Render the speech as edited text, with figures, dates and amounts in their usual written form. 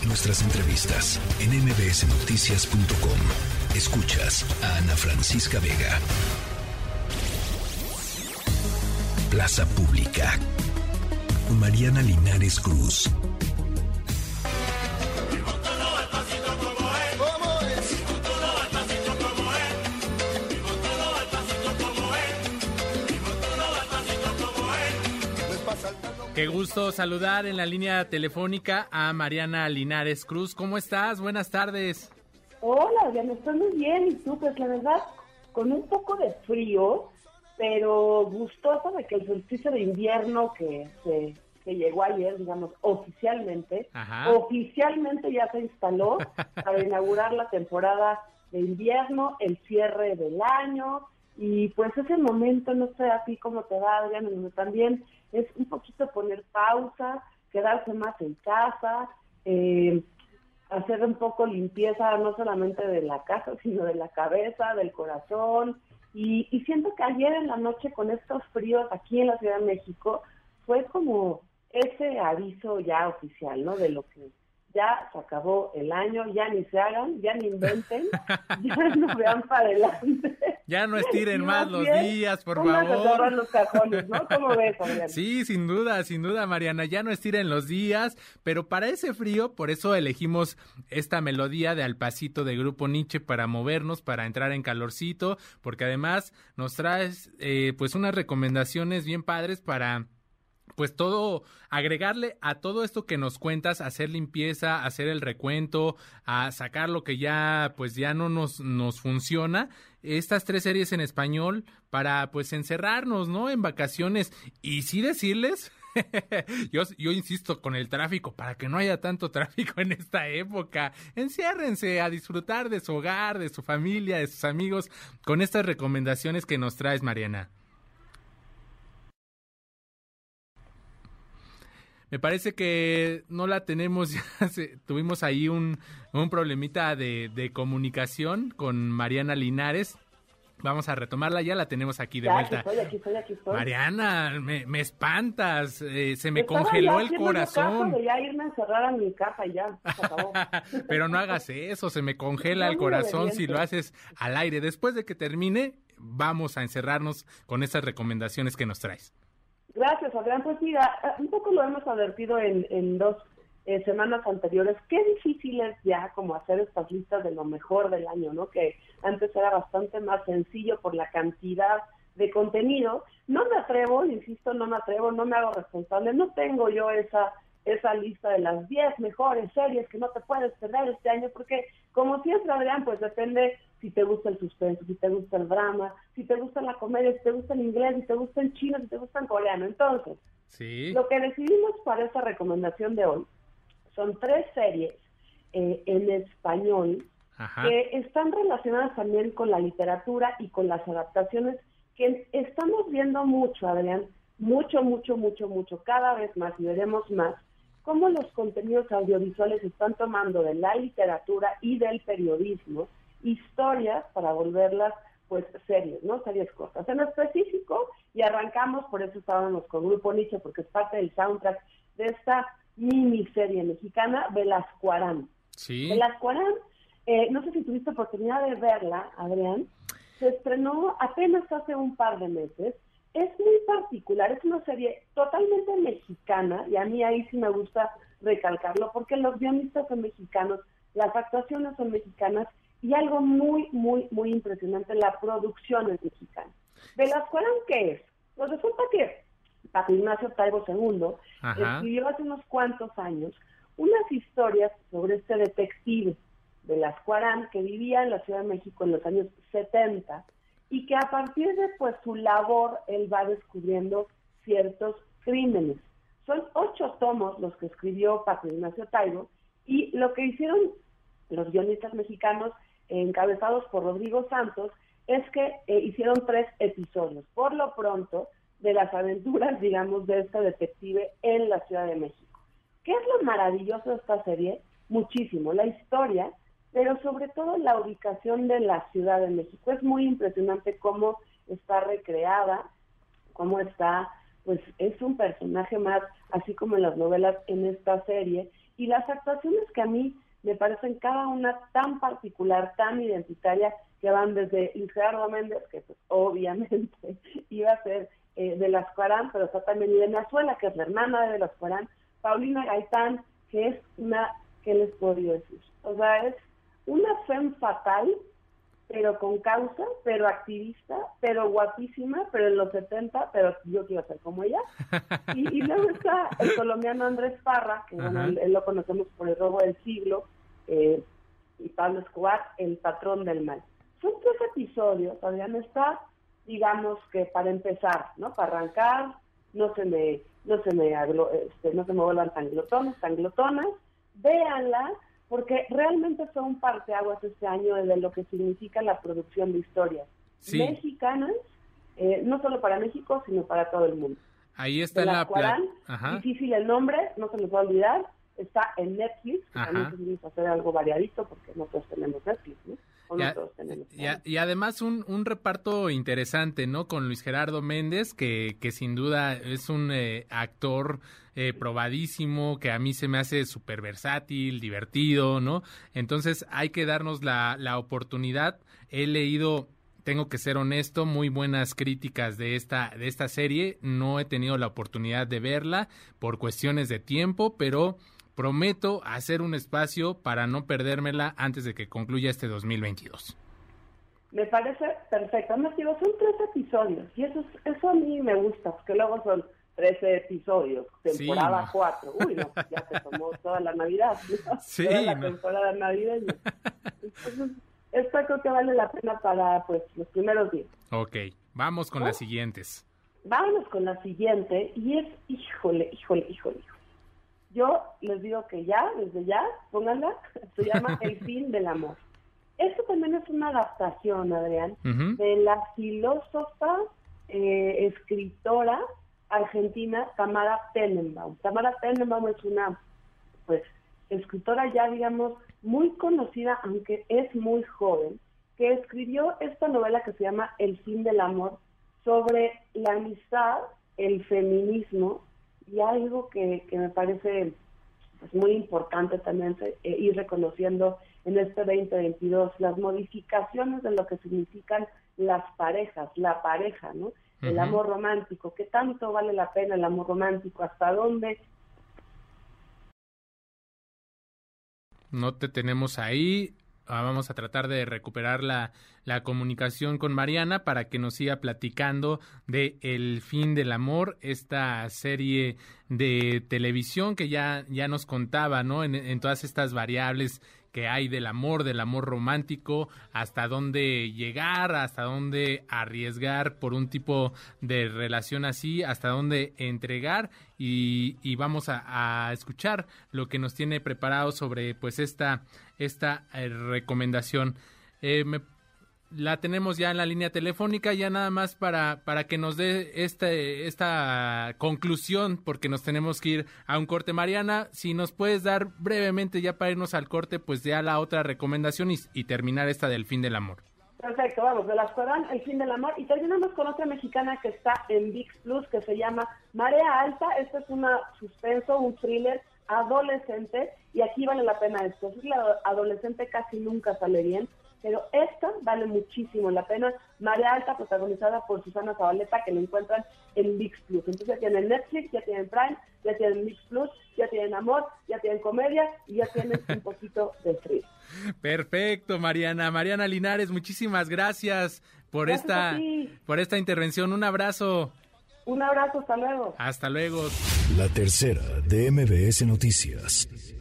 Nuestras entrevistas en mbsnoticias.com. Escuchas a Ana Francisca Vega. Plaza Pública. Mariana Linares Cruz. Qué gusto saludar en la línea telefónica a Mariana Linares Cruz. ¿Cómo estás? Buenas tardes. Hola, Adriana, estoy muy bien. ¿Y tú? Pues la verdad, con un poco de frío, pero gustosa de que el solsticio de invierno que llegó ayer, digamos, oficialmente ya se instaló para inaugurar la temporada de invierno, el cierre del año, y pues ese momento, no sé a ti cómo te va, Adriana, también es un poquito poner pausa, quedarse más en casa, hacer un poco limpieza, no solamente de la casa, sino de la cabeza, del corazón. Y siento que ayer en la noche, con estos fríos aquí en la Ciudad de México, fue como ese aviso ya oficial, ¿no? De lo que ya se acabó el año, ya ni se hagan, ya ni inventen, ya no vean para adelante. Ya no estiren más los días, por favor. A cerrar los cajones, ¿no? ¿Cómo ves, Mariana? Sí, sin duda, Mariana, ya no estiren los días, pero para ese frío, por eso elegimos esta melodía de Al Pasito de Grupo Nietzsche para movernos, para entrar en calorcito, porque además nos traes pues unas recomendaciones bien padres para pues todo, agregarle a todo esto que nos cuentas, hacer limpieza, hacer el recuento, a sacar lo que ya pues ya no nos funciona, estas 3 series en español para pues encerrarnos, ¿no? En vacaciones, y sí decirles, yo insisto con el tráfico, para que no haya tanto tráfico en esta época, enciérrense a disfrutar de su hogar, de su familia, de sus amigos, con estas recomendaciones que nos traes, Mariana. Me parece que no la tenemos, ya tuvimos ahí un problemita de comunicación con Mariana Linares. Vamos a retomarla, ya la tenemos aquí de vuelta. Aquí estoy. Mariana, me espantas, se me congeló el corazón. De ya irme a encerrar a mi casa y ya, se acabó. Pero no hagas eso, se me congela el corazón si lo haces al aire. Después de que termine, vamos a encerrarnos con esas recomendaciones que nos traes. Gracias, Adrián. Pues mira, un poco lo hemos advertido en 2 semanas anteriores. Qué difícil es ya como hacer estas listas de lo mejor del año, ¿no? Que antes era bastante más sencillo por la cantidad de contenido. No me atrevo, insisto, no me hago responsable. No tengo yo esa lista de las 10 mejores series que no te puedes perder este año, porque como siempre, Adrián, pues depende si te gusta el suspenso, si te gusta el drama, si te gusta la comedia, si te gusta el inglés, si te gusta el chino, si te gusta el coreano. Entonces, sí, lo que decidimos para esta recomendación de hoy son 3 series en español que están relacionadas también con la literatura y con las adaptaciones que estamos viendo mucho, Adrián, mucho, cada vez más, y veremos más, cómo los contenidos audiovisuales están tomando de la literatura y del periodismo historias para volverlas pues series, ¿no? Series cortas. En específico, y arrancamos, por eso estábamos con Grupo Nietzsche, porque es parte del soundtrack de esta miniserie mexicana, Velasco Arán. Sí. Velasco Arán, no sé si tuviste oportunidad de verla, Adrián, se estrenó apenas hace un par de meses. Es muy particular, es una serie totalmente mexicana, y a mí ahí sí me gusta recalcarlo, porque los guionistas son mexicanos, las actuaciones son mexicanas, y algo muy impresionante, la producción es mexicana. ¿Velasco Arán qué es? Pues resulta que Paco Ignacio Taibo II escribió hace unos cuantos años unas historias sobre este detective Velasco Arán, que vivía en la Ciudad de México en los años 70, y que a partir de pues su labor él va descubriendo ciertos crímenes. Son 8 tomos los que escribió Paco Ignacio Taibo, y lo que hicieron los guionistas mexicanos, encabezados por Rodrigo Santos, es que hicieron 3 episodios, por lo pronto, de las aventuras, digamos, de este detective en la Ciudad de México. ¿Qué es lo maravilloso de esta serie? Muchísimo, la historia, pero sobre todo la ubicación de la Ciudad de México. Es muy impresionante cómo está recreada, cómo está, pues es un personaje más, así como en las novelas, en esta serie, Y las actuaciones que a mí me parecen cada una tan particular, tan identitaria, que van desde Luis Gerardo Méndez, que pues, obviamente iba a ser de las Cuarón, pero está también Irene Azuela, que es la hermana de las Cuarón, Paulina Gaitán, que es una, ¿qué les puedo decir? O sea, es una femme fatal, pero con causa, pero activista, pero guapísima, pero en los 70, pero yo quiero ser como ella. Y luego está el colombiano Andrés Parra, que bueno, él lo conocemos por El robo del siglo, y Pablo Escobar, El patrón del mal. Son 3 episodios, Adrián, está, digamos que para empezar, ¿no? Para arrancar, no se me vuelvan tan glotonas, véanla, porque realmente fue un parteaguas este año de lo que significa la producción de historias mexicanas, no solo para México, sino para todo el mundo. Ahí está la Cuarón, difícil el nombre, no se les va a olvidar, está en Netflix, también quisimos hacer algo variadito, porque no todos tenemos Netflix, ¿no? Y además un reparto interesante, ¿no? Con Luis Gerardo Méndez, que sin duda es un actor probadísimo, que a mí se me hace súper versátil, divertido, ¿no? Entonces hay que darnos la oportunidad. He leído, tengo que ser honesto, muy buenas críticas de esta serie. No he tenido la oportunidad de verla por cuestiones de tiempo, pero prometo hacer un espacio para no perdérmela antes de que concluya este 2022. Me parece perfecto. Además, digo, son 3 episodios y eso a mí me gusta, porque luego son 13 episodios, temporada 4. Uy, no, ya se tomó toda la Navidad, ¿no? Sí, toda la temporada navideña. Entonces, esto creo que vale la pena para pues los primeros días. Ok, vamos con las siguientes. Vámonos con la siguiente, y es, híjole. Yo les digo que desde ya, pónganla, se llama El fin del amor. Esto también es una adaptación, Adrián, de la filósofa, escritora argentina Tamara Tenenbaum. Tamara Tenenbaum es una, pues, escritora ya, digamos, muy conocida, aunque es muy joven, que escribió esta novela que se llama El fin del amor, sobre la amistad, el feminismo, y algo que me parece pues muy importante también ir reconociendo en este 2022, las modificaciones de lo que significan las parejas, la pareja, ¿no? El amor romántico, ¿qué tanto vale la pena el amor romántico? ¿Hasta dónde? No te tenemos ahí. Vamos a tratar de recuperar la comunicación con Mariana para que nos siga platicando de El fin del amor, esta serie de televisión que ya nos contaba, ¿no? En todas estas variables que hay del amor romántico, hasta dónde llegar, hasta dónde arriesgar por un tipo de relación así, hasta dónde entregar, y vamos a escuchar lo que nos tiene preparado sobre pues esta recomendación. La tenemos ya en la línea telefónica, ya nada más para que nos dé esta conclusión, porque nos tenemos que ir a un corte. Mariana, si nos puedes dar brevemente ya para irnos al corte, pues ya la otra recomendación y terminar esta del fin del amor. Perfecto, vamos, de las Cuarón, El fin del amor, y terminamos con otra mexicana que está en ViX Plus, que se llama Marea Alta. Esto es un suspenso, un thriller adolescente, y aquí vale la pena esto. Es la adolescente casi nunca sale bien, pero esta vale muchísimo la pena. Marea Alta, protagonizada por Susana Zabaleta, que lo encuentran en ViX Plus. Entonces ya tienen Netflix, ya tienen Prime, ya tienen ViX Plus, ya tienen amor, ya tienen comedia y ya tienen un poquito de thriller. Perfecto, Mariana. Mariana Linares, muchísimas gracias por esta intervención. Un abrazo. Un abrazo, hasta luego. Hasta luego. La tercera de MBS Noticias.